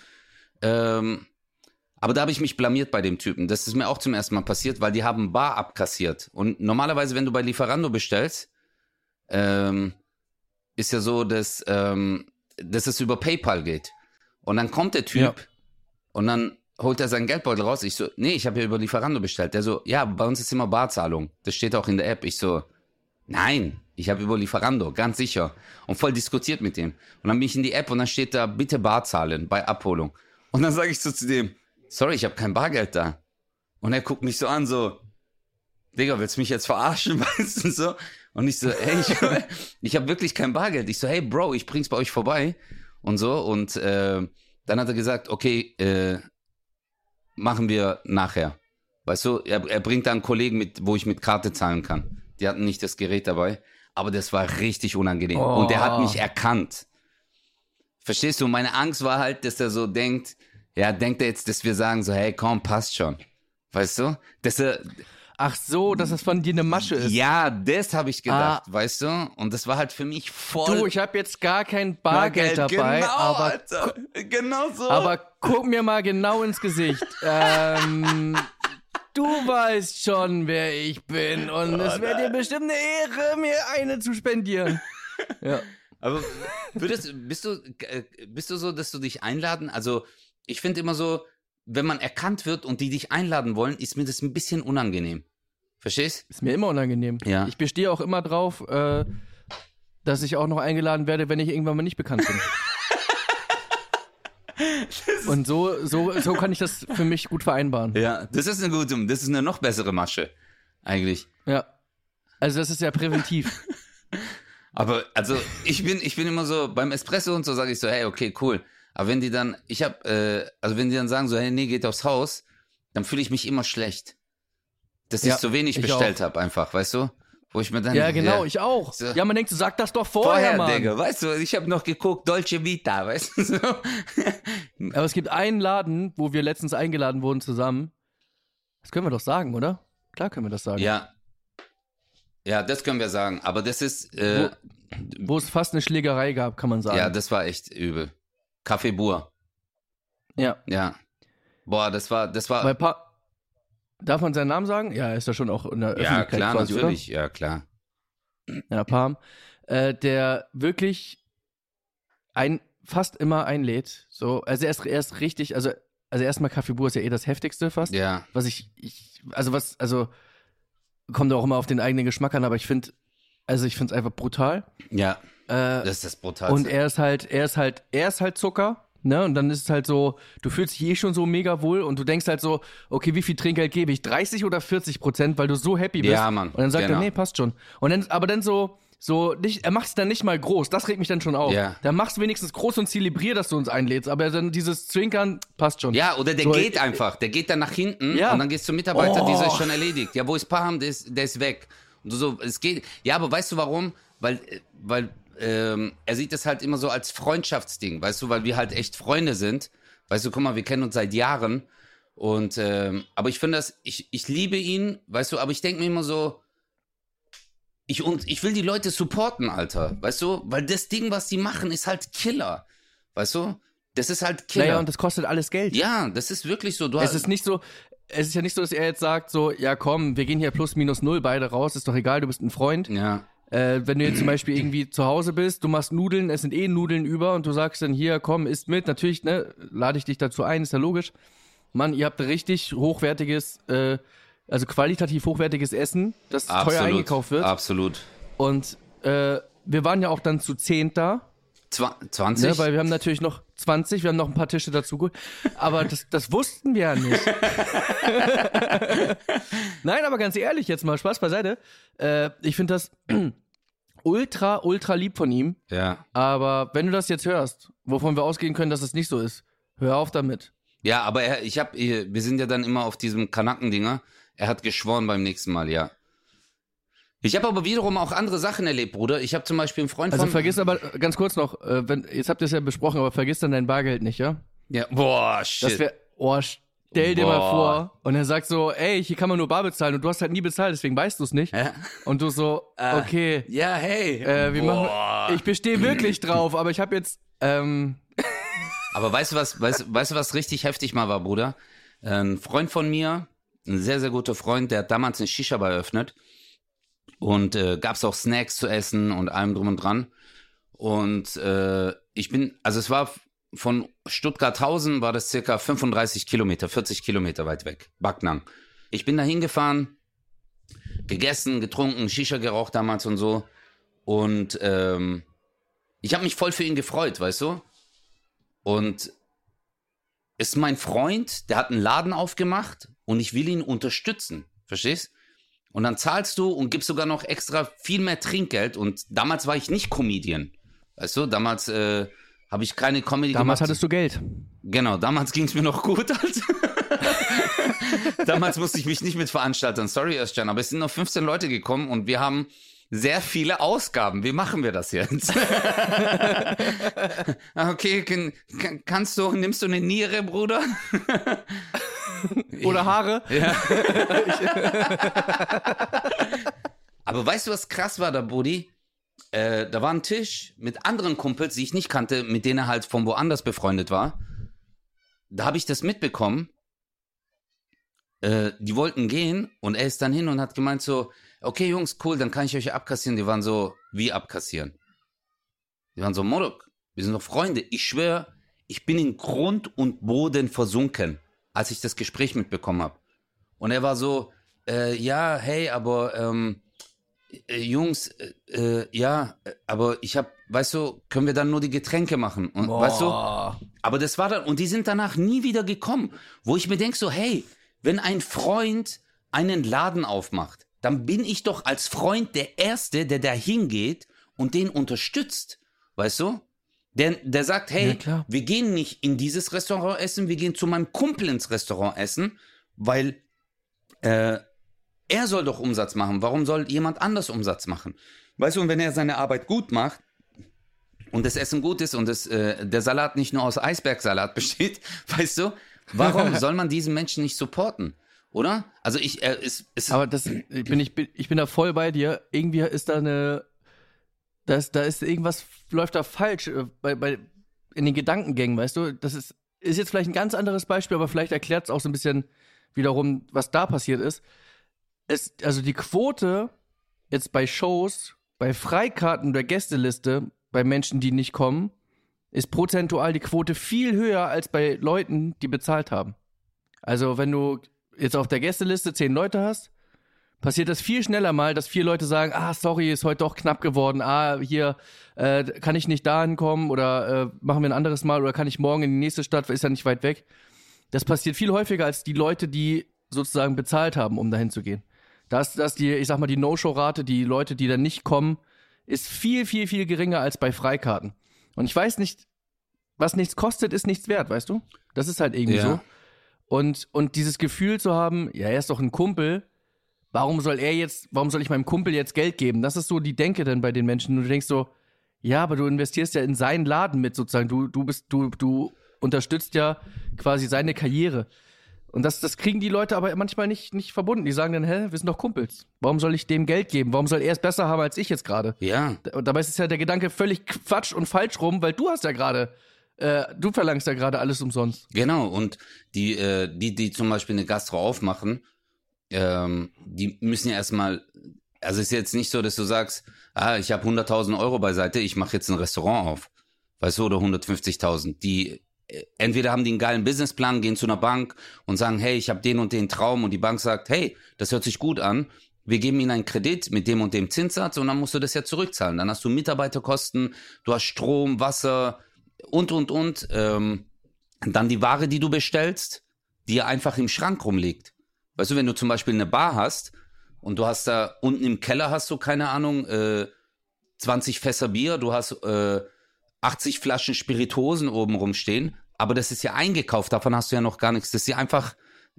aber da habe ich mich blamiert bei dem Typen. Das ist mir auch zum ersten Mal passiert, weil die haben bar abkassiert. Und normalerweise, wenn du bei Lieferando bestellst, ist ja so, dass es über PayPal geht. Und dann kommt der Typ und dann holt er seinen Geldbeutel raus. Ich so, nee, ich habe ja über Lieferando bestellt. Der so, ja, bei uns ist immer Barzahlung. Das steht auch in der App. Ich so, nein, ich habe über Lieferando, ganz sicher. Und voll diskutiert mit dem. Und dann bin ich in die App und dann steht da, bitte bar zahlen bei Abholung. Und dann sage ich so zu dem, sorry, ich habe kein Bargeld da. Und er guckt mich so an, so, Digga, willst du mich jetzt verarschen, weißt du, so? Und ich so, hey, ich habe wirklich kein Bargeld. Ich so, hey, Bro, ich bring's bei euch vorbei. Und so, und dann hat er gesagt, okay, machen wir nachher. Weißt du, er bringt da einen Kollegen mit, wo ich mit Karte zahlen kann. Die hatten nicht das Gerät dabei, aber das war richtig unangenehm. Oh. Und der hat mich erkannt. Verstehst du? Meine Angst war halt, dass er so denkt, denkt er jetzt, dass wir sagen so, hey, komm, passt schon. Weißt du? Dass er... Ach so, dass das von dir eine Masche ist. Ja, das habe ich gedacht, weißt du? Und das war halt für mich voll... Du, ich habe jetzt gar kein Bargeld dabei, genau, aber, Alter. Genau so. aber guck mir mal genau ins Gesicht. Du weißt schon, wer ich bin und es wäre dir bestimmt eine Ehre, mir eine zu spendieren. Ja. Aber bist du so, dass du dich einladen? Also ich finde immer so, wenn man erkannt wird und die dich einladen wollen, ist mir das ein bisschen unangenehm. Verstehst? Ist mir immer unangenehm. Ja. Ich bestehe auch immer drauf, dass ich auch noch eingeladen werde, wenn ich irgendwann mal nicht bekannt bin. Und so kann ich das für mich gut vereinbaren. Ja, das ist eine noch bessere Masche, eigentlich. Ja. Also das ist ja präventiv. Aber, also, ich bin immer so, beim Espresso und so sage ich so, hey, okay, cool. Aber wenn die dann, wenn die dann sagen so, hey, nee, geht aufs Haus, dann fühle ich mich immer schlecht. Dass ich so wenig bestellt habe einfach, weißt du? Wo ich mir dann... Ja, genau, ich auch. So. Ja, man denkt, du sag das doch vorher, Mann. Digga, weißt du, ich habe noch geguckt, Dolce Vita, weißt du? So. Aber es gibt einen Laden, wo wir letztens eingeladen wurden zusammen. Das können wir doch sagen, oder? Klar können wir das sagen. Ja. Ja, das können wir sagen. Aber das ist... wo es fast eine Schlägerei gab, kann man sagen. Ja, das war echt übel. Café Bur. Ja. Ja. Boah, das war... Darf man seinen Namen sagen? Ja, ist ja schon auch in der Öffentlichkeit klar, quasi, natürlich. oder? Ja, klar. Ja, Palm. Der wirklich fast immer einlädt. So, also er ist richtig, also erstmal Café Bur ist ja das Heftigste fast. Ja. Kommt auch immer auf den eigenen Geschmack an, aber ich finde es einfach brutal. Ja. Das ist das Brutalste. Und er ist halt Zucker, ne? Und dann ist es halt so, du fühlst dich schon so mega wohl und du denkst halt so, okay, wie viel Trinkgeld gebe ich? 30 oder 40%, weil du so happy bist. Ja, Mann. Und dann sagt er, nee, passt schon. Und dann, aber dann so nicht, er macht es dann nicht mal groß, das regt mich dann schon auf. Ja. Dann mach's wenigstens groß und zelebrier, dass du uns einlädst, aber dann dieses Trinkern passt schon. Ja, oder der geht einfach, der geht dann nach hinten und dann gehst du zum Mitarbeiter, dieser ist schon erledigt. Ja, wo ist Paham, der ist weg. Und so, es geht, ja, aber weißt du warum? Weil er sieht es halt immer so als Freundschaftsding, weißt du, weil wir halt echt Freunde sind. Weißt du, guck mal, wir kennen uns seit Jahren. Und, aber ich finde ich liebe ihn, weißt du, aber ich denke mir immer so, ich will die Leute supporten, Alter, weißt du, weil das Ding, was die machen, ist halt Killer, weißt du, das ist halt Killer. Naja, und das kostet alles Geld. Ja, das ist wirklich so. Es ist ja nicht so, dass er jetzt sagt so, ja komm, wir gehen hier plus minus null beide raus, ist doch egal, du bist ein Freund. Ja. Wenn du jetzt zum Beispiel irgendwie zu Hause bist, du machst Nudeln, es sind Nudeln über und du sagst dann hier, komm, isst mit, natürlich, ne, lade ich dich dazu ein, ist ja logisch. Mann, ihr habt richtig hochwertiges, also qualitativ hochwertiges Essen, das teuer eingekauft wird. Absolut. Und wir waren ja auch dann zu 10 da. 20? Ne, weil wir haben natürlich noch 20, wir haben noch ein paar Tische dazu geholt. Aber das wussten wir ja nicht. Nein, aber ganz ehrlich, jetzt mal Spaß beiseite. Ich finde das ultra, ultra lieb von ihm. Ja. Aber wenn du das jetzt hörst, wovon wir ausgehen können, dass es nicht so ist, hör auf damit. Ja, aber wir sind ja dann immer auf diesem Kanaken-Dinger. Er hat geschworen beim nächsten Mal, ja. Ich habe aber wiederum auch andere Sachen erlebt, Bruder. Ich habe zum Beispiel einen Freund Also vergiss aber ganz kurz noch, jetzt habt ihr es ja besprochen, aber vergiss dann dein Bargeld nicht, ja? Ja, boah, shit. Stell dir mal vor. Und er sagt so, ey, hier kann man nur bar bezahlen und du hast halt nie bezahlt, deswegen weißt du es nicht. Ja. Und du so, okay. Ja, hey. Ich bestehe wirklich drauf, aber ich habe jetzt, Aber weißt du, was richtig heftig mal war, Bruder? Ein Freund von mir, ein sehr, sehr guter Freund, der hat damals eine Shisha-Bar eröffnet. Und gab's auch Snacks zu essen und allem drum und dran. Und es war von Stuttgarthausen, war das circa 35 Kilometer, 40 Kilometer weit weg, Backnang. Ich bin da hingefahren, gegessen, getrunken, Shisha geraucht damals und so. Und ich habe mich voll für ihn gefreut, weißt du? Und ist mein Freund, der hat einen Laden aufgemacht und ich will ihn unterstützen, verstehst? Und dann zahlst du und gibst sogar noch extra viel mehr Trinkgeld. Und damals war ich nicht Comedian, weißt du? Damals habe ich keine Comedy gemacht. Damals hattest du Geld. Genau, damals ging es mir noch gut. Damals musste ich mich nicht mit Veranstaltern, sorry Özcan, aber es sind noch 15 Leute gekommen und wir haben sehr viele Ausgaben. Wie machen wir das jetzt? Okay, nimmst du eine Niere, Bruder? Oder Haare? Ja. Aber weißt du, was krass war da, Brudi? Da war ein Tisch mit anderen Kumpels, die ich nicht kannte, mit denen er halt von woanders befreundet war. Da habe ich das mitbekommen. Die wollten gehen und er ist dann hin und hat gemeint so, okay Jungs, cool, dann kann ich euch abkassieren. Die waren so, wie abkassieren? Die waren so, Morok, wir sind doch Freunde. Ich schwöre, ich bin in Grund und Boden versunken, als ich das Gespräch mitbekommen habe. Und er war so, ja, hey, aber Jungs, ja, aber ich habe, weißt du, können wir dann nur die Getränke machen? Und, weißt du, aber das war dann, und die sind danach nie wieder gekommen, wo ich mir denke so, hey, wenn ein Freund einen Laden aufmacht, dann bin ich doch als Freund der Erste, der da hingeht und den unterstützt, weißt du? Der sagt, hey, ja, wir gehen nicht in dieses Restaurant essen, wir gehen zu meinem Kumpel ins Restaurant essen, weil er soll doch Umsatz machen. Warum soll jemand anders Umsatz machen? Weißt du, und wenn er seine Arbeit gut macht und das Essen gut ist und der Salat nicht nur aus Eisbergsalat besteht, weißt du, warum soll man diesen Menschen nicht supporten? Oder? Also aber ich bin da voll bei dir. Irgendwie ist da irgendwas läuft da falsch in den Gedankengängen, weißt du? Das ist jetzt vielleicht ein ganz anderes Beispiel, aber vielleicht erklärt es auch so ein bisschen wiederum, was da passiert ist. Also die Quote jetzt bei Shows, bei Freikarten der Gästeliste, bei Menschen, die nicht kommen, ist prozentual die Quote viel höher als bei Leuten, die bezahlt haben. Also wenn du jetzt auf der Gästeliste 10 Leute hast, passiert das viel schneller mal, dass 4 Leute sagen, sorry, ist heute doch knapp geworden, hier kann ich nicht dahin kommen oder machen wir ein anderes Mal oder kann ich morgen in die nächste Stadt, ist ja nicht weit weg. Das passiert viel häufiger als die Leute, die sozusagen bezahlt haben, um dahin zu gehen. Das die, ich sag mal, die No-Show-Rate, die Leute, die dann nicht kommen, ist viel, viel, viel geringer als bei Freikarten. Und ich weiß nicht, was nichts kostet, ist nichts wert, weißt du? Das ist halt irgendwie so. Und dieses Gefühl zu haben, ja, er ist doch ein Kumpel, warum soll ich meinem Kumpel jetzt Geld geben? Das ist so die Denke dann bei den Menschen. Und du denkst so, ja, aber du investierst ja in seinen Laden mit sozusagen. Du unterstützt ja quasi seine Karriere. Und das kriegen die Leute aber manchmal nicht verbunden. Die sagen dann, wir sind doch Kumpels. Warum soll ich dem Geld geben? Warum soll er es besser haben als ich jetzt gerade? Ja. Und dabei ist es ja der Gedanke völlig Quatsch und falsch rum, weil du hast ja gerade, du verlangst ja gerade alles umsonst. Genau, und die zum Beispiel eine Gastro aufmachen, die müssen ja erstmal, also es ist jetzt nicht so, dass du sagst, ich habe 100.000 Euro beiseite, ich mache jetzt ein Restaurant auf. Weißt du, oder 150.000. Die entweder haben die einen geilen Businessplan, gehen zu einer Bank und sagen, hey, ich habe den und den Traum, und die Bank sagt, hey, das hört sich gut an, wir geben ihnen einen Kredit mit dem und dem Zinssatz und dann musst du das ja zurückzahlen. Dann hast du Mitarbeiterkosten, du hast Strom, Wasser und. Dann die Ware, die du bestellst, die ja einfach im Schrank rumliegt. Weißt du, wenn du zum Beispiel eine Bar hast und du hast da unten im Keller, hast du, keine Ahnung, 20 Fässer Bier, du hast 80 Flaschen Spirituosen oben rumstehen, aber das ist ja eingekauft, davon hast du ja noch gar nichts. Das ist ja einfach,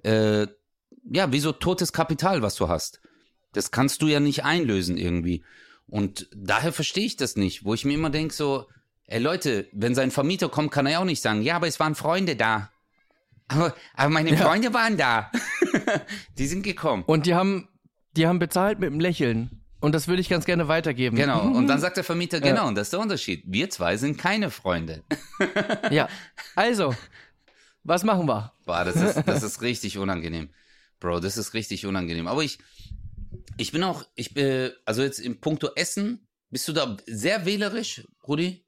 wie so totes Kapital, was du hast. Das kannst du ja nicht einlösen irgendwie. Und daher verstehe ich das nicht, wo ich mir immer denke so, ey Leute, wenn sein Vermieter kommt, kann er ja auch nicht sagen, ja, aber es waren Freunde da. Aber meine Freunde waren da. Die sind gekommen. Und die haben bezahlt mit einem Lächeln. Und das würde ich ganz gerne weitergeben. Genau, und dann sagt der Vermieter, genau, und das ist der Unterschied. Wir zwei sind keine Freunde. Ja, also, was machen wir? Boah, das ist richtig unangenehm. Bro, das ist richtig unangenehm. Aber ich bin also jetzt in puncto Essen, Bist du da sehr wählerisch, Rudi?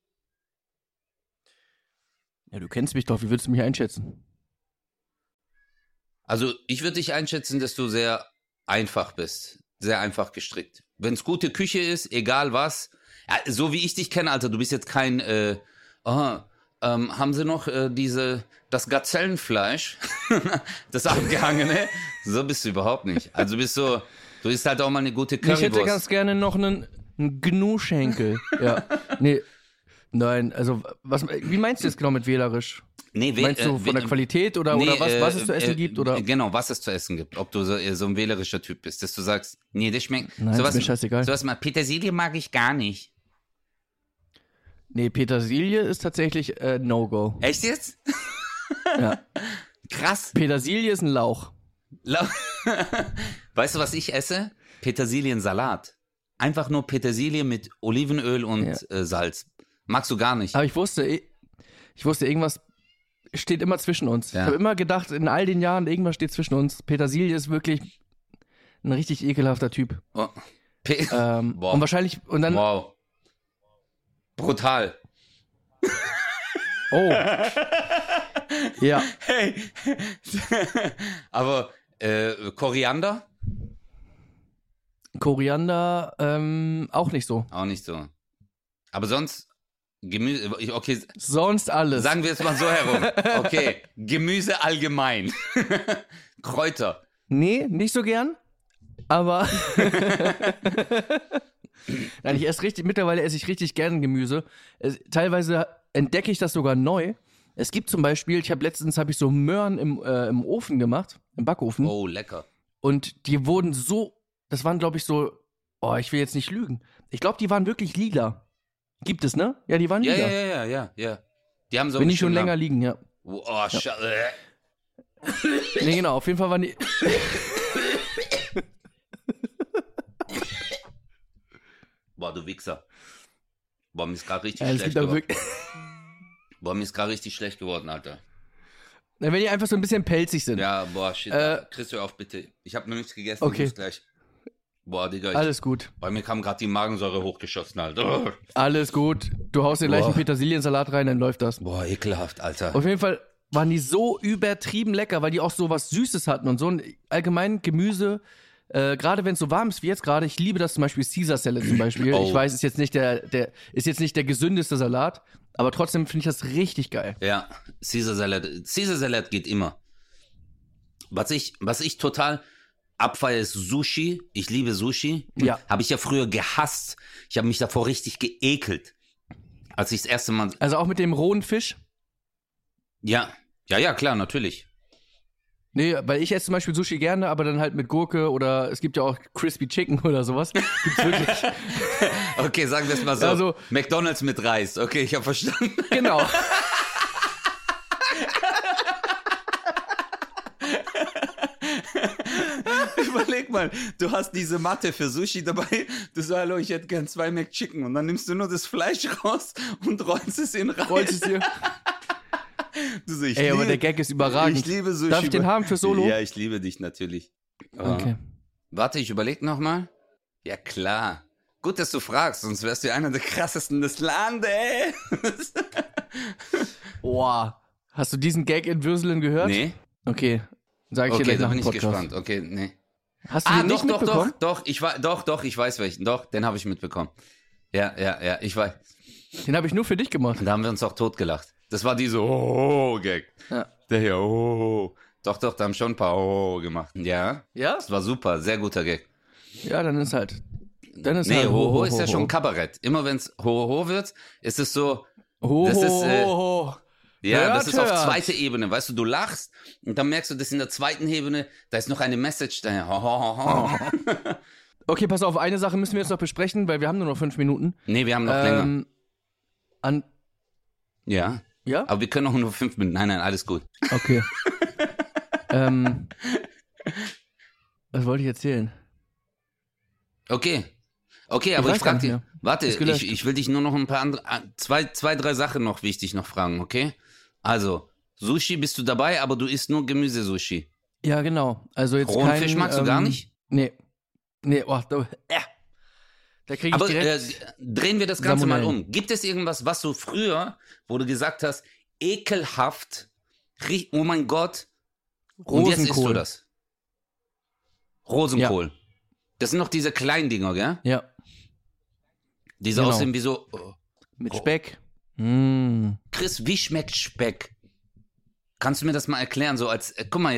Ja, du kennst mich doch, wie würdest du mich einschätzen? Also ich würde dich einschätzen, dass du sehr einfach bist. Sehr einfach gestrickt. Wenn es gute Küche ist, egal was. Ja, so wie ich dich kenne, Alter, du bist jetzt kein, haben sie noch das Gazellenfleisch, das abgehangene? So bist du überhaupt nicht. Also du isst halt auch mal eine gute Currywurst. Ich hätte ganz gerne noch einen Gnu-Schenkel. Ja, nee, nein, also, wie meinst du das genau mit wählerisch? Nee, meinst du von der Qualität oder was es zu essen gibt? Oder? Genau, was es zu essen gibt. Ob du so ein wählerischer Typ bist, dass du sagst, nee, das schmeckt. Nein, ist mir scheißegal. Sowas mal, Petersilie mag ich gar nicht. Nee, Petersilie ist tatsächlich No-Go. Echt jetzt? Ja. Krass. Petersilie ist ein Lauch. Weißt du, was ich esse? Petersiliensalat. Einfach nur Petersilie mit Olivenöl und Salz. Magst du gar nicht. Aber ich wusste, irgendwas steht immer zwischen uns. Ja. Ich habe immer gedacht, in all den Jahren, irgendwas steht zwischen uns. Petersilie ist wirklich ein richtig ekelhafter Typ. Oh. Und wahrscheinlich, und dann... Wow. Brutal. Oh. Ja. Hey. Aber Koriander? Koriander auch nicht so. Auch nicht so. Aber sonst Gemüse, okay. Sonst alles. Sagen wir es mal so herum. Okay, Gemüse allgemein. Kräuter. Nee, nicht so gern. Aber nein, mittlerweile esse ich richtig gern Gemüse. Teilweise entdecke ich das sogar neu. Es gibt zum Beispiel, letztens so Möhren im Ofen gemacht, im Backofen. Oh, lecker. Und die wurden das waren glaube ich ich will jetzt nicht lügen. Ich glaube, die waren wirklich lila. Gibt es, ne? Ja, die waren lila. Ja. Die haben so wenn die schon länger liegen, ja. Oh, Nee, genau, auf jeden Fall waren die... Boah, du Wichser. Boah, mir ist gerade richtig schlecht geworden. Boah, mir ist gerade richtig schlecht geworden, Alter. Na, wenn die einfach so ein bisschen pelzig sind. Ja, boah, shit. Chris, hör auf, bitte. Ich habe noch nichts gegessen. Okay. Ich muss gleich. Boah, Digga. Alles gut. Bei mir kam gerade die Magensäure hochgeschossen, Alter. Alles gut. Du haust den gleichen Petersiliensalat rein, dann läuft das. Boah, ekelhaft, Alter. Auf jeden Fall waren die so übertrieben lecker, weil die auch so was Süßes hatten und so. Und allgemein Gemüse, gerade wenn es so warm ist wie jetzt gerade, ich liebe das zum Beispiel Caesar Salad zum Beispiel. Ich weiß, ist jetzt nicht der gesündeste Salat, aber trotzdem finde ich das richtig geil. Ja, Caesar Salad geht immer. Was ich total abfeiere, ist Sushi. Ich liebe Sushi. Ja. Habe ich ja früher gehasst. Ich habe mich davor richtig geekelt. Als ich das erste Mal... Also auch mit dem rohen Fisch? Ja, klar, natürlich. Nee, weil ich esse zum Beispiel Sushi gerne, aber dann halt mit Gurke oder es gibt ja auch Crispy Chicken oder sowas. Gibt's wirklich. Okay, sagen wir es mal so. Also, McDonald's mit Reis. Okay, ich habe verstanden. Genau. Überleg mal, du hast diese Matte für Sushi dabei. Du sagst, hallo, ich hätte gern 2 McChicken. Und dann nimmst du nur das Fleisch raus und rollst es in Reis. Rollst es dir. Du so, aber der Gag ist überragend. Ich liebe Sushi. Darf ich den haben für Solo? Ja, ich liebe dich natürlich. Okay. Warte, ich überleg noch mal. Ja, klar. Gut, dass du fragst, sonst wärst du einer der krassesten des Landes. Boah. Hast du diesen Gag in Würselen gehört? Nee. Okay. Sag ich dir gleich da nach bin dem ich Podcast. gespannt. Okay, nee. Hast du den nicht mitbekommen? Doch, ich weiß welchen. Doch, den habe ich mitbekommen. Ja, ich weiß. Den habe ich nur für dich gemacht. Und da haben wir uns auch totgelacht. Das war diese Oh-Gag. Ja. Der hier, oh. Doch, da haben schon ein paar Oh gemacht. Ja? Ja? Das war super, sehr guter Gag. Ja, dann ist halt. Nee, Ho ist ja schon Kabarett. Immer wenn es Ho wird, ist es so. Ho. Ja, das ist auf zweiter Ebene. Weißt du, du lachst und dann merkst du, dass in der zweiten Ebene, da ist noch eine Message daher. Okay, pass auf, eine Sache müssen wir jetzt noch besprechen, weil wir haben nur noch 5 Minuten. Nee, wir haben noch länger. Ja? Ja? Aber wir können auch nur 5 Minuten. Nein, alles gut. Okay. Was wollte ich erzählen? Okay, aber ich frage dich, warte, Ist ich will dich nur noch ein paar andere, zwei, 3 Sachen noch wichtig noch fragen, okay? Also, Sushi bist du dabei, aber du isst nur Gemüsesushi. Ja, genau. Also jetzt Rohen Fisch magst du gar nicht? Nee, Da kriege ich Aber direkt drehen wir das Ganze mal Salmonellen. um. Gibt es irgendwas, was du früher, wo du gesagt hast, ekelhaft, oh mein Gott, und jetzt isst du Rosenkohl. das? Rosenkohl. Das sind noch diese kleinen Dinger, gell? Ja, Die so Genau. aussehen wie so, mit Speck. Mm. Chris, wie schmeckt Speck? Kannst du mir das mal erklären? So als, guck mal,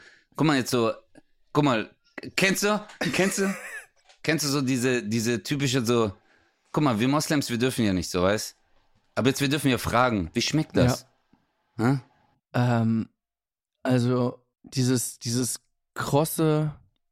kennst du so diese typische so, guck mal, wir Moslems, wir dürfen ja nicht so, weißt? Aber jetzt, wir dürfen ja fragen, wie schmeckt das? Hä? Also dieses krosse,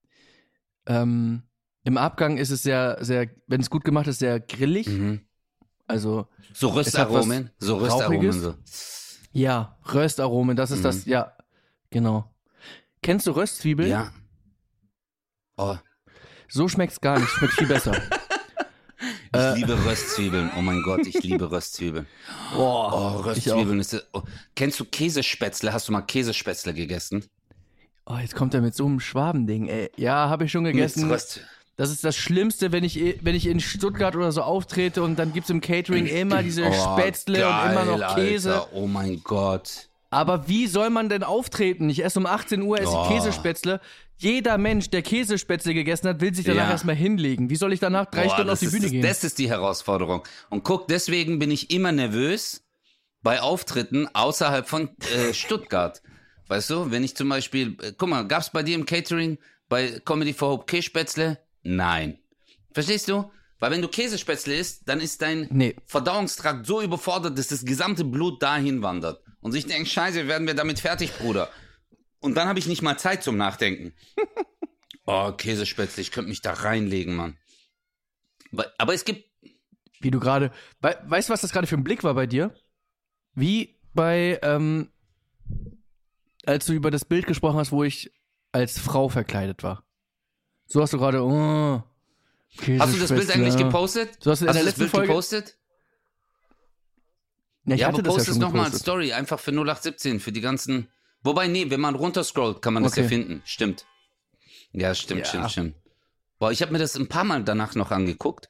im Abgang ist es sehr, sehr, wenn es gut gemacht ist, sehr grillig. Mhm. Also, So Röstaromen, Rauchiges. so. ja, Röstaromen, das ist das, ja, genau. Kennst du Röstzwiebeln? Ja. Oh, So schmeckt's gar nicht, schmeckt viel besser. ich liebe Röstzwiebeln. Oh mein Gott, ich liebe Röstzwiebeln. Boah, Oh, Röstzwiebeln ist das, Kennst du Käsespätzle? Hast du mal Käsespätzle gegessen? Oh, jetzt kommt er mit so einem Schwabending, ey. Ja, habe ich schon gegessen. Das ist das Schlimmste, wenn ich in Stuttgart oder so auftrete und dann gibt's im Catering immer diese Spätzle und immer noch Käse. Alter, oh mein Gott. Aber wie soll man denn auftreten? Ich esse um 18 Uhr Käsespätzle. Jeder Mensch, der Käsespätzle gegessen hat, will sich danach Ja. erstmal hinlegen. Wie soll ich danach 3 Stunden auf die Bühne gehen? Das ist die Herausforderung. Und guck, deswegen bin ich immer nervös bei Auftritten außerhalb von Stuttgart. Weißt du, wenn ich zum Beispiel, guck mal, gab's bei dir im Catering bei Comedy for Hope Kässpätzle? Nein. Verstehst du? Weil wenn du Käsespätzle isst, dann ist dein Verdauungstrakt so überfordert, dass das gesamte Blut dahin wandert. Und sich denkt, scheiße, werden wir damit fertig, Bruder. Und dann habe ich nicht mal Zeit zum Nachdenken. Oh, Käsespätzle, ich könnte mich da reinlegen, Mann. Aber es gibt... Wie du gerade, weißt du, was das gerade für ein Blick war bei dir? Wie bei, als du über das Bild gesprochen hast, wo ich als Frau verkleidet war. So hast du gerade, Hast du das Bild eigentlich gepostet? So hast du in der das letzten Bild Folge gepostet? Ja, ich Ja, hatte aber das ja post es schon nochmal als gepostet. Story, einfach für 0817, für die ganzen... Wobei, nee, wenn man runterscrollt, kann man das ja Okay. finden. Stimmt. Ja, stimmt, Ja. stimmt. Boah, ich habe mir das ein paar Mal danach noch angeguckt.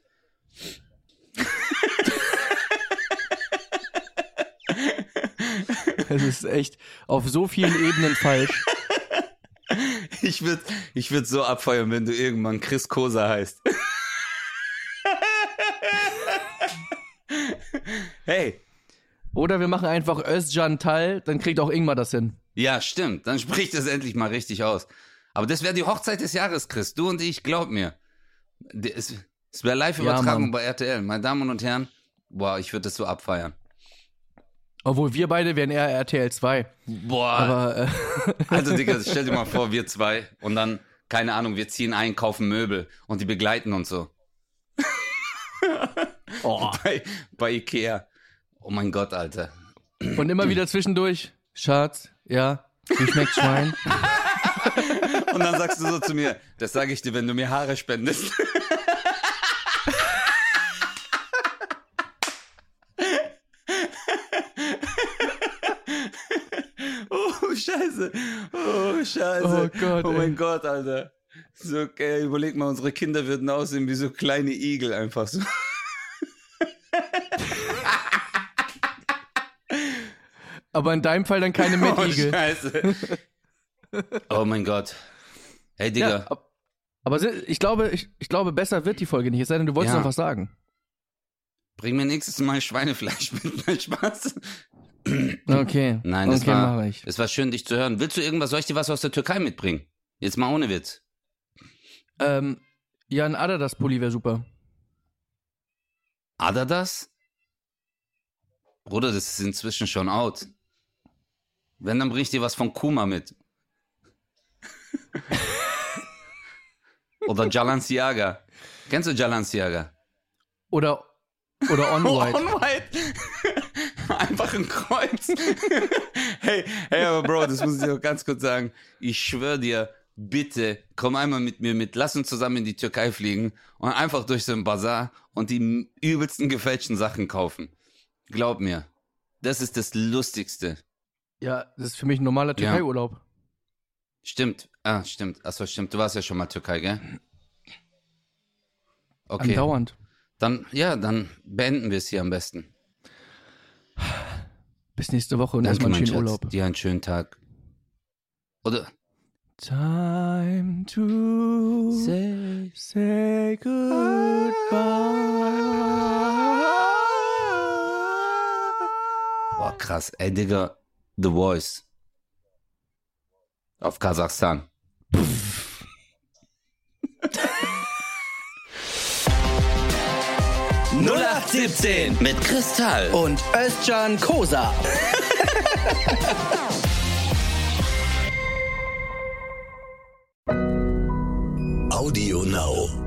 Es ist echt auf so vielen Ebenen falsch. Ich würd so abfeuern, wenn du irgendwann Chris Kosa heißt. Hey. Oder wir machen einfach Özcan Tal, dann kriegt auch Ingmar das hin. Ja, stimmt. Dann sprich das endlich mal richtig aus. Aber das wäre die Hochzeit des Jahres, Chris. Du und ich, glaub mir. Es wäre Live-Übertragung Mann. bei RTL. Meine Damen und Herren, boah, ich würde das so abfeiern. Obwohl wir beide wären eher RTL 2. Boah. Aber Also, Digga, stell dir mal vor, wir zwei und dann, keine Ahnung, wir ziehen ein, kaufen Möbel und die begleiten uns so. Bei Ikea. Oh mein Gott, Alter. und immer wieder zwischendurch, Schatz, ja, wie schmeckt Schwein? Und dann sagst du so zu mir, das sage ich dir, wenn du mir Haare spendest. Oh, Scheiße. Oh, Scheiße. Oh Gott, Oh ey. mein Gott, Alter. So, okay, überleg mal, unsere Kinder würden aussehen wie so kleine Igel einfach so. Aber in deinem Fall dann keine Oh, Mettigel. Scheiße. Oh mein Gott. Hey, Digga. Ja, aber ich glaube, besser wird die Folge nicht, es sei denn, du wolltest Ja. noch was sagen. Bring mir nächstes Mal Schweinefleisch mit. Nein, Spaß. Okay. Nein, okay, mache ich. es war schön, dich zu hören. Willst du irgendwas, soll ich dir was aus der Türkei mitbringen? Jetzt mal ohne Witz. Ja, ein Adidas-Pulli wäre super. Adidas? Bruder, das ist inzwischen schon out. Wenn, dann bring ich dir was von Kuma mit. Oder Balenciaga. Kennst du Balenciaga? Oder On-White. On-White. Einfach ein Kreuz. hey, aber Bro, das muss ich dir auch ganz kurz sagen. Ich schwöre dir, bitte, komm einmal mit mir mit. Lass uns zusammen in die Türkei fliegen und einfach durch so einen Bazar und die übelsten gefälschten Sachen kaufen. Glaub mir, das ist das Lustigste. Ja, das ist für mich ein normaler Türkei-Urlaub. Stimmt. Stimmt. Achso, stimmt. Du warst ja schon mal Türkei, gell? Okay. Andauernd. Dann beenden wir es hier am besten. Bis nächste Woche und Danke, erstmal einen mein schönen Schatz. Urlaub. Dir einen schönen Tag. Oder? Time to say goodbye. Boah, krass. Ey, Digga, The Voice. Auf Kasachstan. 0817 Mit Kristall. und Özcan Kosa. Audio Now.